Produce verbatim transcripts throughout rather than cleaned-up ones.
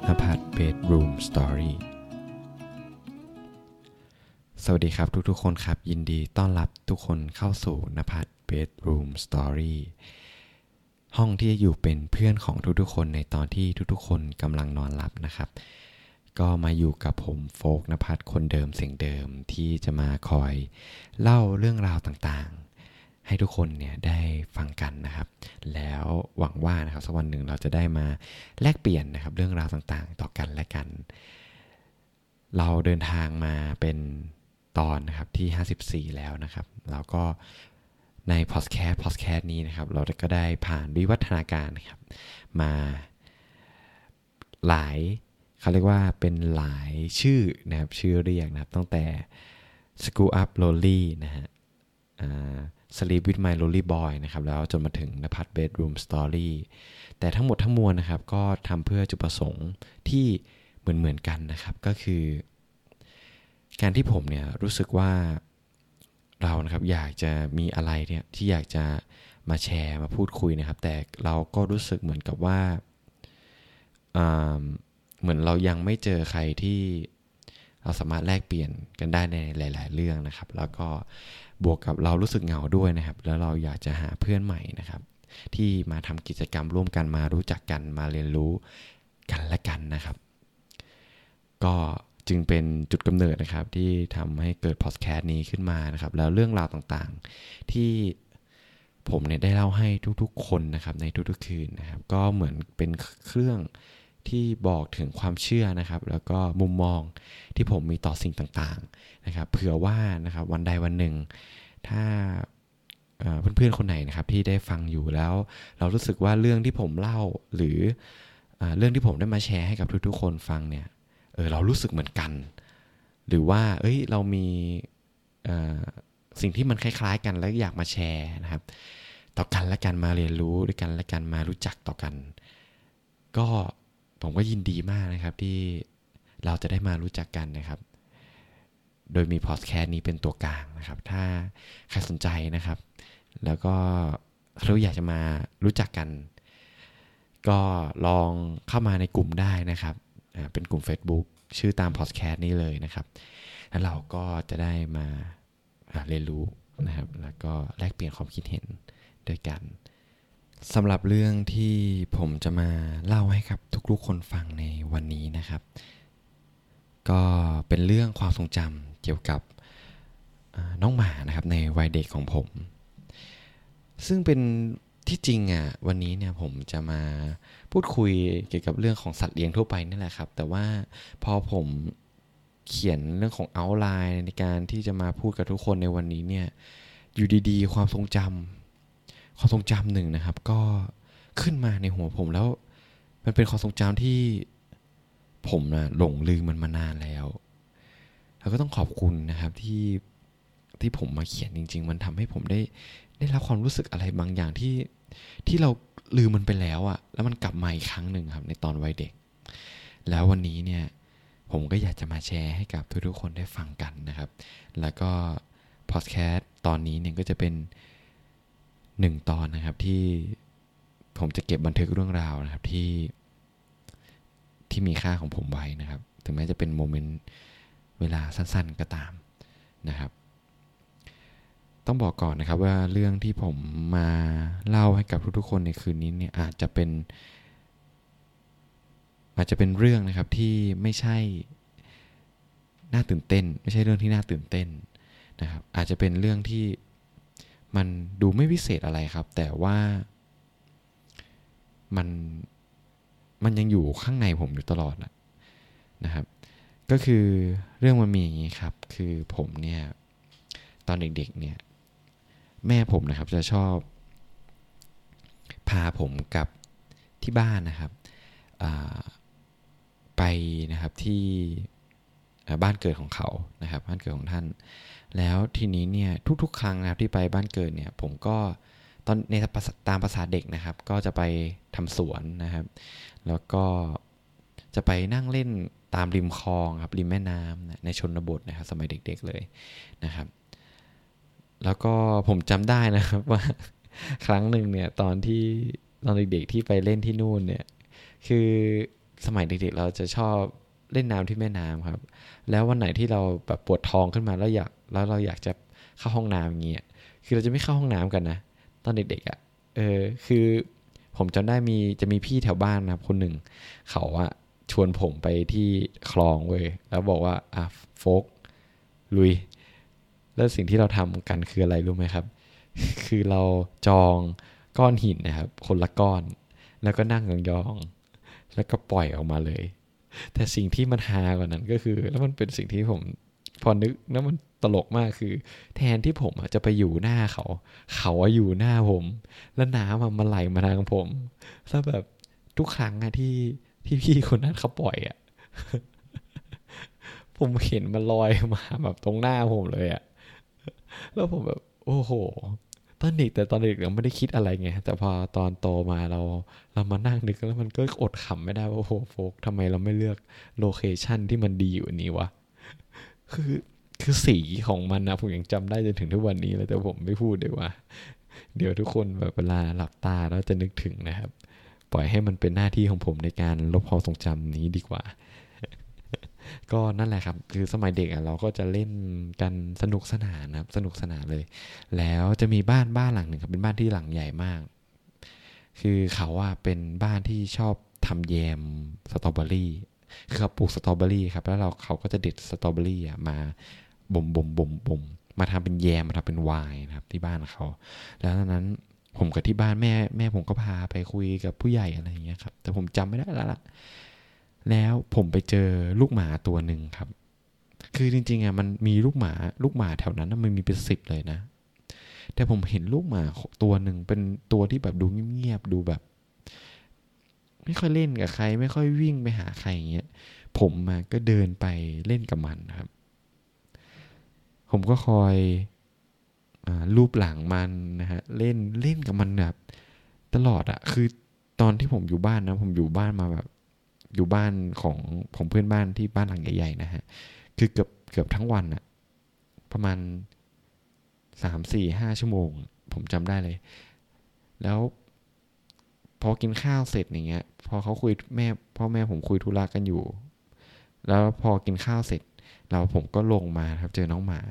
นภัส Bedroom Story สวัสดีครับทุกๆคนครับยินดีต้อนรับทุกคนเข้าสู่นภัส Bedroom Story ห้องที่จะอยู่เป็นเพื่อนของทุกๆคนในตอนที่ทุกๆคนกำลังนอนหลับนะครับก็มาอยู่กับผมโฟกนภัสคนเดิมเสียงเดิมที่จะมาคอยเล่าเรื่องราวต่างๆให้ทุกคนเนี่ยได้ฟังกันนะครับแล้วหวังว่านะครับสักวันหนึ่งเราจะได้มาแลกเปลี่ยนนะครับเรื่องราวต่างๆต่อกันและกันเราเดินทางมาเป็นตอนนะครับที่ห้าสิบสี่แล้วนะครับแล้วก็ในพอดแคสต์พอดแคสต์นี้นะครับเราก็ได้ผ่านวิวัฒนาการนะครับมาหลายเขาเรียกว่าเป็นหลายชื่อนะครับชื่อเรียกนะครับตั้งแต่ School Up Lonely นะฮะอ่า Sleep with My Lonely Boy นะครับแล้วจนมาถึงนภัส Bedroom Story แต่ทั้งหมดทั้งมวลนะครับก็ทำเพื่อจุดประสงค์ที่เหมือนๆกันนะครับก็คือการที่ผมเนี่ยรู้สึกว่าเรานะครับอยากจะมีอะไรเนี่ยที่อยากจะมาแชร์มาพูดคุยนะครับแต่เราก็รู้สึกเหมือนกับว่าเหมือนเรายังไม่เจอใครที่เราสามารถแลกเปลี่ยนกันได้ในหลายๆเรื่องนะครับแล้วก็บวกกับเรารู้สึกเหงาด้วยนะครับแล้วเราอยากจะหาเพื่อนใหม่นะครับที่มาทำกิจกรรมร่วมกันมารู้จักกันมาเรียนรู้กันและกันนะครับก็จึงเป็นจุดกำเนิดนะครับที่ทำให้เกิดพอดแคสต์นี้ขึ้นมานะครับแล้วเรื่องราวต่างๆที่ผมเนี่ยได้เล่าให้ทุกๆคนนะครับในทุกๆคืนนะครับก็เหมือนเป็นเครื่องที่บอกถึงความเชื่อนะครับแล้วก็มุมมองที่ผมมีต่อสิ่งต่างๆนะครับเผื่อว่านะครับวันใดวันหนึ่งถ้าเพื่อนๆคนไหนนะครับที่ได้ฟังอยู่แล้วเรารู้สึกว่าเรื่องที่ผมเล่าหรือเรื่องที่ผมได้มาแชร์ให้กับทุกๆคนฟังเนี่ยเออเรารู้สึกเหมือนกันหรือว่าเอ้ยเรามีสิ่งที่มันคล้ายๆกันแล้วอยากมาแชร์นะครับต่อกันและกันมาเรียนรู้ด้วยกันและกันมารู้จักต่อกันก็ผมก็ยินดีมากนะครับที่เราจะได้มารู้จักกันนะครับโดยมีพอดแคสต์นี้เป็นตัวกลางนะครับถ้าใครสนใจนะครับแล้วก็เราอยากจะมารู้จักกันก็ลองเข้ามาในกลุ่มได้นะครับเป็นกลุ่ม Facebook ชื่อตามพอดแคสต์นี้เลยนะครับแล้วเราก็จะได้มาเรียนรู้นะครับแล้วก็แลกเปลี่ยนความคิดเห็นด้วยกันสำหรับเรื่องที่ผมจะมาเล่าให้กับทุกๆคนฟังในวันนี้นะครับก็เป็นเรื่องความทรงจำเกี่ยวกับน้องหมานะครับในวัยเด็กของผมซึ่งเป็นที่จริงอ่ะวันนี้เนี่ยผมจะมาพูดคุยเกี่ยวกับเรื่องของสัตว์เลี้ยงทั่วไปนี่แหละครับแต่ว่าพอผมเขียนเรื่องของเอาท์ไลน์ในการที่จะมาพูดกับทุกคนในวันนี้เนี่ยอยู่ดีๆความทรงจำความทรงจำหนึ่งนะครับก็ขึ้นมาในหัวผมแล้วมันเป็นความทรงจำที่ผมนะหลงลืมมันมานานแล้วแล้วก็ต้องขอบคุณนะครับที่ที่ผมมาเขียนจริงๆมันทำให้ผมได้ได้รับความรู้สึกอะไรบางอย่างที่ที่เราลืมมันไปแล้วอะแล้วมันกลับมาอีกครั้งหนึ่งครับในตอนวัยเด็กแล้ววันนี้เนี่ยผมก็อยากจะมาแชร์ให้กับทุกๆคนได้ฟังกันนะครับแล้วก็พอดแคสต์ตอนนี้เนี่ยก็จะเป็นหนึ่งตอนนะครับที่ผมจะเก็บบันทึกเรื่องราวนะครับที่ที่มีค่าของผมไว้นะครับถึงแม้จะเป็นโมเมนต์เวลาสั้นๆก็ตามนะครับต้องบอกก่อนนะครับว่าเรื่องที่ผมมาเล่าให้กับทุกๆคนในคืนนี้เนี่ยอาจจะเป็นอาจจะเป็นเรื่องนะครับที่ไม่ใช่น่าตื่นเต้นไม่ใช่เรื่องที่น่าตื่นเต้นนะครับอาจจะเป็นเรื่องที่มันดูไม่พิเศษอะไรครับแต่ว่ามันมันยังอยู่ข้างในผมอยู่ตลอดนะครับก็คือเรื่องมันมีอย่างนี้ครับคือผมเนี่ยตอนเด็กๆเนี่ยแม่ผมนะครับจะชอบพาผมกับที่บ้านนะครับไปนะครับที่บ้านเกิดของเขานะครับบ้านเกิดของท่านแล้วทีนี้เนี่ยทุกๆครั้งนะครับที่ไปบ้านเกิดเนี่ยผมก็ตอนในตามภาษาเด็กนะครับก็จะไปทำสวนนะครับแล้วก็จะไปนั่งเล่นตามริมคลองครับริมแม่น้ำในชนบทนะครับสมัยเด็กๆเลยนะครับแล้วก็ผมจำได้นะครับว่าครั้งหนึ่งเนี่ยตอนที่ตอนเด็กๆที่ไปเล่นที่นู่นเนี่ยคือสมัยเด็กๆเราจะชอบเล่นน้ำที่แม่น้ำครับแล้ววันไหนที่เราแบบปวดท้องขึ้นมาแล้วอยากแล้วเราอยากจะเข้าห้องน้ำอย่างเงี้ยคือเราจะไม่เข้าห้องน้ำกันนะตอนเด็กๆอ่ะเออคือผมจำได้มีจะมีพี่แถวบ้านนะครับคนหนึ่งเขาอะชวนผมไปที่คลองเว้ยแล้วบอกว่าอ่ะโฟกลุยแล้วสิ่งที่เราทำกันคืออะไรรู้ไหมครับ คือเราจองก้อนหินนะครับคนละก้อนแล้วก็นั่งยองๆแล้วก็ปล่อยออกมาเลยแต่สิ่งที่มันฮากว่านั้นก็คือแล้วมันเป็นสิ่งที่ผมพอนึกแล้วมันตลกมากคือแทนที่ผมจะไปอยู่หน้าเขาเขาอยู่หน้าผมแล้วน้ำมันไหลมาทางผมแล้วแบบทุกครั้งอะที่ที่พี่คนนั้นเขาปล่อยอะผมเห็นมันลอยมาแบบตรงหน้าผมเลยอะแล้วผมแบบโอ้โหตอนเด็กแต่ตอนเด็กเราไม่ได้คิดอะไรไงแต่พอตอนโตมาเราเรามานั่งนึกแล้วมันก็อดขำไม่ได้ว่าโอ้โหโฟกทำไมเราไม่เลือกโลเคชั่นที่มันดีอยู่นี้วะคือคือสีของมันนะผมยังจำได้จนถึงทุกวันนี้เลยแต่ผมไม่พูดดีกว่าเดี๋ยวทุกคนแบบเวลาหลับตาแล้วจะนึกถึงนะครับปล่อยให้มันเป็นหน้าที่ของผมในการลบความทรงจำนี้ดีกว่าก็นั่นแหละครับคือสมัยเด็กอ่ะเราก็จะเล่นกันสนุกสนานนะครับสนุกสนานเลยแล้วจะมีบ้านบ้านหลังหนึ่งครับเป็นบ้านที่หลังใหญ่มากคือเขาว่าเป็นบ้านที่ชอบทำแยมสตรอเบอรี่คือเขาปลูกสตรอเบอรี่ครับแล้วเราเขาก็จะเด็ดสตรอเบอรี่อ่ะมาบ่มบ่มบ่มบ่มมาทำเป็นแยมมาทำเป็นไวน์นะครับที่บ้านเขาแล้วตอนนั้นผมกับที่บ้านแม่แม่ผมก็พาไปคุยกับผู้ใหญ่อะไรอย่างเงี้ยครับแต่ผมจำไม่ได้แล้วล่ะแล้วผมไปเจอลูกหมาตัวหนึ่งครับคือจริงๆอ่ะมันมีลูกหมาลูกหมาแถวนั้นมันมีเป็นสิบเลยนะแต่ผมเห็นลูกหมาตัวหนึ่งเป็นตัวที่แบบดูเงียบๆดูแบบไม่ค่อยเล่นกับใครไม่ค่อยวิ่งไปหาใครอย่างเงี้ยผมมาก็เดินไปเล่นกับมันครับผมก็คอยอ่าลูบหลังมันนะฮะเล่นเล่นกับมันแบบตลอดอะคือตอนที่ผมอยู่บ้านนะผมอยู่บ้านมาแบบอยู่บ้านของของเพื่อนบ้านที่บ้านหลังใหญ่ๆนะฮะคือเกือบเกือบทั้งวันอะประมาณสามสี่ห้าชั่วโมงผมจำได้เลยแล้วพอกินข้าวเสร็จอย่างเงี้ยพอเขาคุยแม่พ่อแม่ผมคุยธุระกันอยู่แล้วพอกินข้าวเสร็จแล้วผมก็ลงมาครับเจอน้องหมา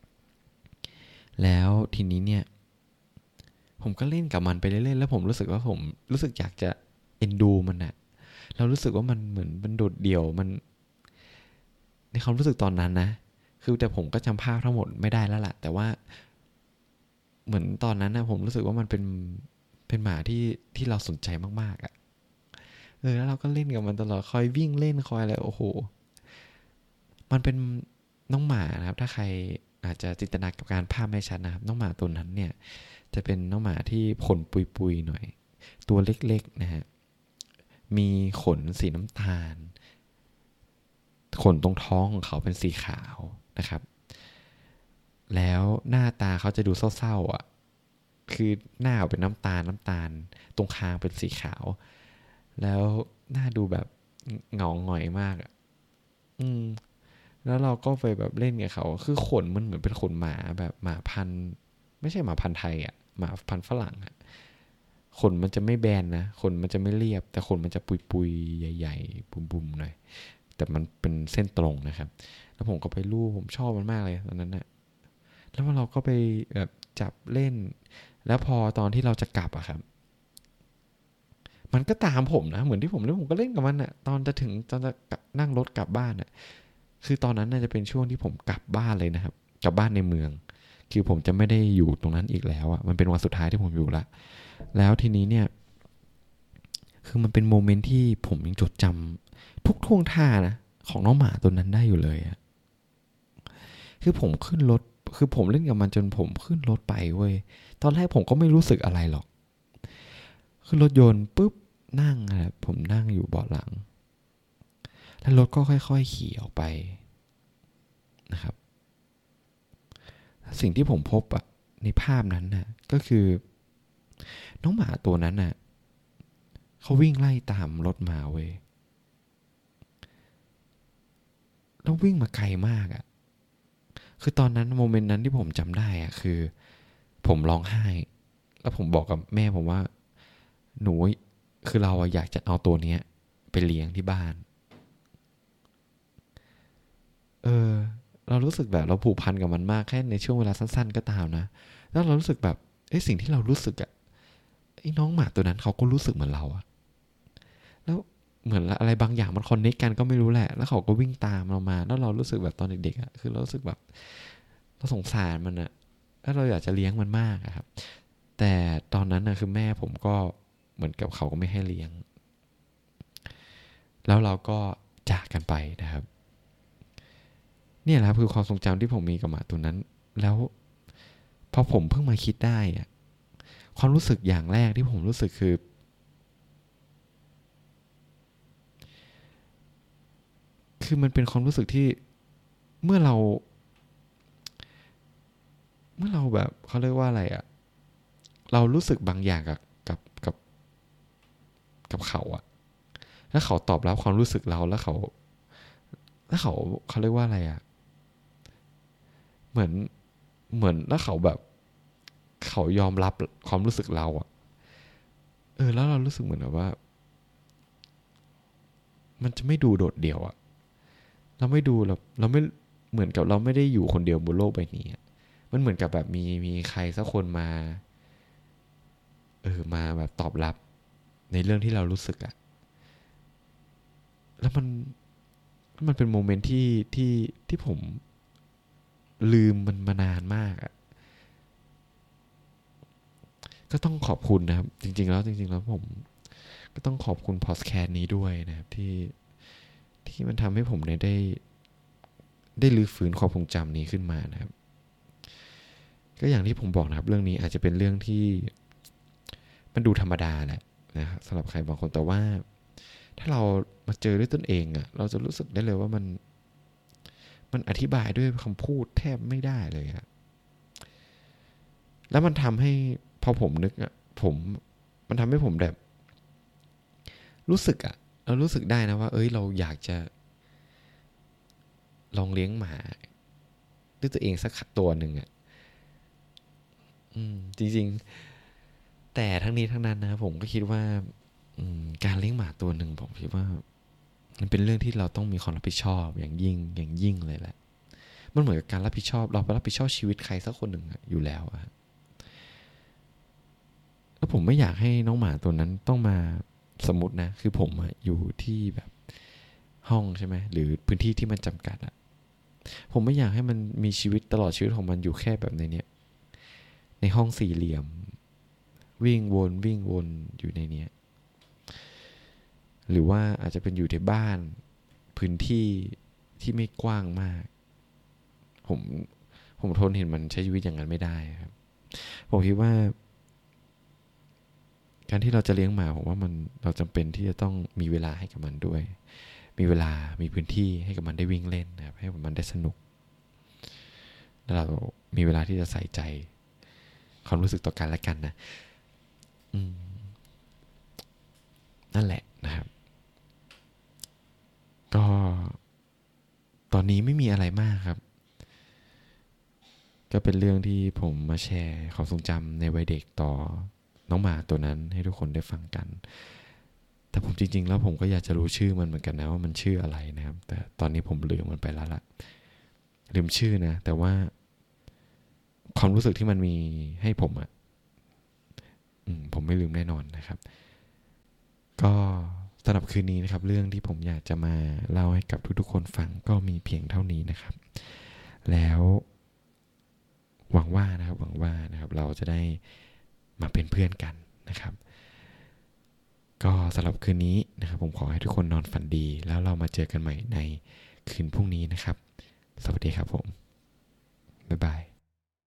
แล้วทีนี้เนี่ยผมก็เล่นกับมันไปเรื่อยๆแล้วผมรู้สึกว่าผมรู้สึกอยากจะเอ็นดูมันอะเรารู้สึกว่ามันเหมือนมันโดดเดี่ยวมันในความรู้สึกตอนนั้นนะคือแต่ผมก็จำภาพทั้งหมดไม่ได้แล้วล่ะแต่ว่าเหมือนตอนนั้นนะผมรู้สึกว่ามันเป็นเป็นหมาที่ที่เราสนใจมากๆอ่ะเออแล้วเราก็เล่นกับมันตลอดคอยวิ่งเล่นคอยอะไรโอ้โหมันเป็นน้องหมานะครับถ้าใครอาจจะจินตนาการภาพไม่ชัดนะครับน้องหมาตัวนั้นเนี่ยจะเป็นน้องหมาที่ขนปุยๆหน่อยตัวเล็กๆนะฮะมีขนสีน้ำตาลขนตรงท้องของเขาเป็นสีขาวนะครับแล้วหน้าตาเขาจะดูเศร้าๆอ่ะคือหน้าเป็นน้ำตาลน้ำตาลตรงคางเป็นสีขาวแล้วหน้าดูแบบเหงาหงอยมากอ่ะอืมแล้วเราก็ไปแบบเล่นกับเขาคือขนมันเหมือนเป็นขนหมาแบบหมาพันธุ์ไม่ใช่หมาพันธุ์ไทยอ่ะหมาพันธุ์ฝรั่งอ่ะขนมันจะไม่แบนนะขนมันจะไม่เรียบแต่ขนมันจะปุยๆใหญ่ๆบุ๋มๆหน่อยแต่มันเป็นเส้นตรงนะครับแล้วผมก็ไปลูบผมชอบมันมากเลยตอนนั้นน่ะแล้วเราก็ไปแบบจับเล่นแล้วพอตอนที่เราจะกลับอะครับมันก็ตามผมนะเหมือนที่ผมเล่นผมก็เล่นกับมันอะตอนจะถึงตอนจะนั่งรถกลับบ้านอะคือตอนนั้นน่าจะเป็นช่วงที่ผมกลับบ้านเลยนะครับกลับบ้านในเมืองคือผมจะไม่ได้อยู่ตรงนั้นอีกแล้วอะมันเป็นวันสุดท้ายที่ผมอยู่ละแล้วทีนี้เนี่ยคือมันเป็นโมเมนต์ที่ผมยังจดจำทุกท่วงท่านะของน้องหมาตัวนั้นได้อยู่เลยอะคือผมขึ้นรถคือผมเล่นกับมันจนผมขึ้นรถไปเว้ยตอนแรกผมก็ไม่รู้สึกอะไรหรอกขึ้นรถยนต์ปุ๊บนั่งนะผมนั่งอยู่เบาะหลังแล้วรถก็ค่อยๆขี่ออกไปนะครับสิ่งที่ผมพบอะในภาพนั้นน่ะก็คือน้องหมาตัวนั้นน่ะเขาวิ่งไล่ตามรถมาเว้ยแล้ววิ่งมาไกลมากอะคือตอนนั้นโมเมนต์นั้นที่ผมจำได้อะคือผมร้องไห้แล้วผมบอกกับแม่ผมว่าหนูคือเราอยากจะเอาตัวเนี้ยไปเลี้ยงที่บ้านเออเรารู้สึกแบบเราผูกพันกับมันมากแค่ในช่วงเวลาสั้นๆก็ตามนะแล้วเรารู้สึกแบบไอ้สิ่งที่เรารู้สึกอะไอ้น้องหมาตัวนั้นเขาก็รู้สึกเหมือนเราอะแล้วเหมือนอะไรบางอย่างมันคอนเนคกันก็ไม่รู้แหละแล้วเขาก็วิ่งตามเรามาแล้วเรารู้สึกแบบตอนเด็กๆอะคือเรารู้สึกแบบเราสงสารมันอะแล้วเราอยากจะเลี้ยงมันมากอะครับแต่ตอนนั้นนะคือแม่ผมก็เหมือนกับเขาก็ไม่ให้เลี้ยงแล้วเราก็จากกันไปนะครับเนี่ยแหละคือความทรงจำที่ผมมีกับหมาตัวนั้นแล้วพอผมเพิ่งมาคิดได้อะความรู้สึกอย่างแรกที่ผมรู้สึกคือคือมันเป็นความรู้สึกที่เมื่อเราเมื่อเราแบบเขาเรียกว่าอะไรอะเรารู้สึกบางอย่างกับกับกับกับเขาอะแล้วเขาตอบรับความรู้สึกเราแล้วเขาแล้วเขาเขาเรียกว่าอะไรอะเหมือนเหมือนแล้วเขาแบบเขายอมรับความรู้สึกเราอะเออแล้วเรารู้สึกเหมือนแบบว่ามันจะไม่ดูโดดเดี่ยวอะเราไม่ดูเราเราไม่เหมือนกับเราไม่ได้อยู่คนเดียวบนโลกใบนี้มันเหมือนกับแบบมีมีใครสักคนมาเออมาแบบตอบรับในเรื่องที่เรารู้สึกอะแล้วมันมันเป็นโมเมนต์ที่ที่ที่ผมลืมมันมานานมากอะก็ต้องขอบคุณนะครับจริงๆแล้วจริงๆแล้วผมก็ต้องขอบคุณพอดแคสต์นี้ด้วยนะครับที่ที่มันทำให้ผมได้ได้ได้รื้อฟื้นความทรงจำนี้ขึ้นมานะครับก็อย่างที่ผมบอกนะครับเรื่องนี้อาจจะเป็นเรื่องที่มันดูธรรมดาแหละนะครับสำหรับใครบางคนแต่ว่าถ้าเรามาเจอด้วยตนเองอ่ะเราจะรู้สึกได้เลยว่ามันมันอธิบายด้วยคำพูดแทบไม่ได้เลยอะแล้วมันทำให้พอผมนึกอ่ะผมมันทำให้ผมแบบรู้สึกอ่ะเรารู้สึกได้นะว่าเอ้ยเราอยากจะลองเลี้ยงหมาด้วยตัวเองสักตัวหนึ่งอ่ะอืมจริงๆแต่ทั้งนี้ทั้งนั้นนะผมก็คิดว่าการเลี้ยงหมาตัวหนึ่งผมคิดว่ามันเป็นเรื่องที่เราต้องมีความรับผิดชอบอย่างยิ่งอย่างยิ่งเลยแหละมันเหมือนกับการรับผิดชอบเราไปรับผิดชอบชีวิตใครสักคนหนึ่งอยู่แล้วอะแล้วผมไม่อยากให้น้องหมาตัวนั้นต้องมาสมมตินะคือผมอยู่ที่แบบห้องใช่ไหมหรือพื้นที่ที่มันจำกัดอะผมไม่อยากให้มันมีชีวิตตลอดชีวิตของมันอยู่แค่แบบในเนี้ยในห้องสี่เหลี่ยมวิ่งวนวิ่งวนอยู่ในเนี้ยหรือว่าอาจจะเป็นอยู่ในบ้านพื้นที่ที่ไม่กว้างมากผมผมทนเห็นมันใช้ชีวิตอย่างนั้นไม่ได้ครับผมคิดว่าการที่เราจะเลี้ยงหมาผมว่ามันเราจำเป็นที่จะต้องมีเวลาให้กับมันด้วยมีเวลามีพื้นที่ให้กับมันได้วิ่งเล่นนะครับให้มันได้สนุกแล้วเรามีเวลาที่จะใส่ใจความรู้สึกต่อกันและกันนะอืมนั่นแหละนะครับก็ตอนนี้ไม่มีอะไรมากครับก็เป็นเรื่องที่ผมมาแชร์ความทรงจำในวัยเด็กต่อน้องหมาตัวนั้นให้ทุกคนได้ฟังกันแต่ผมจริงๆแล้วผมก็อยากจะรู้ชื่อมันเหมือนกันนะว่ามันชื่ออะไรนะครับแต่ตอนนี้ผมลืมมันไปแล้วล่ะลืมชื่อนะแต่ว่าความรู้สึกที่มันมีให้ผมอ่ะผมไม่ลืมแน่นอนนะครับก็สำหรับคืนนี้นะครับเรื่องที่ผมอยากจะมาเล่าให้กับทุกๆคนฟังก็มีเพียงเท่านี้นะครับแล้วหวังว่านะครับหวังว่านะครับเราจะได้มาเป็นเพื่อนกันนะครับก็สำหรับคืนนี้นะครับผมขอให้ทุกคนนอนฝันดีแล้วเรามาเจอกันใหม่ในคืนพรุ่งนี้นะครับสวัสดีครับผมบ๊ายบาย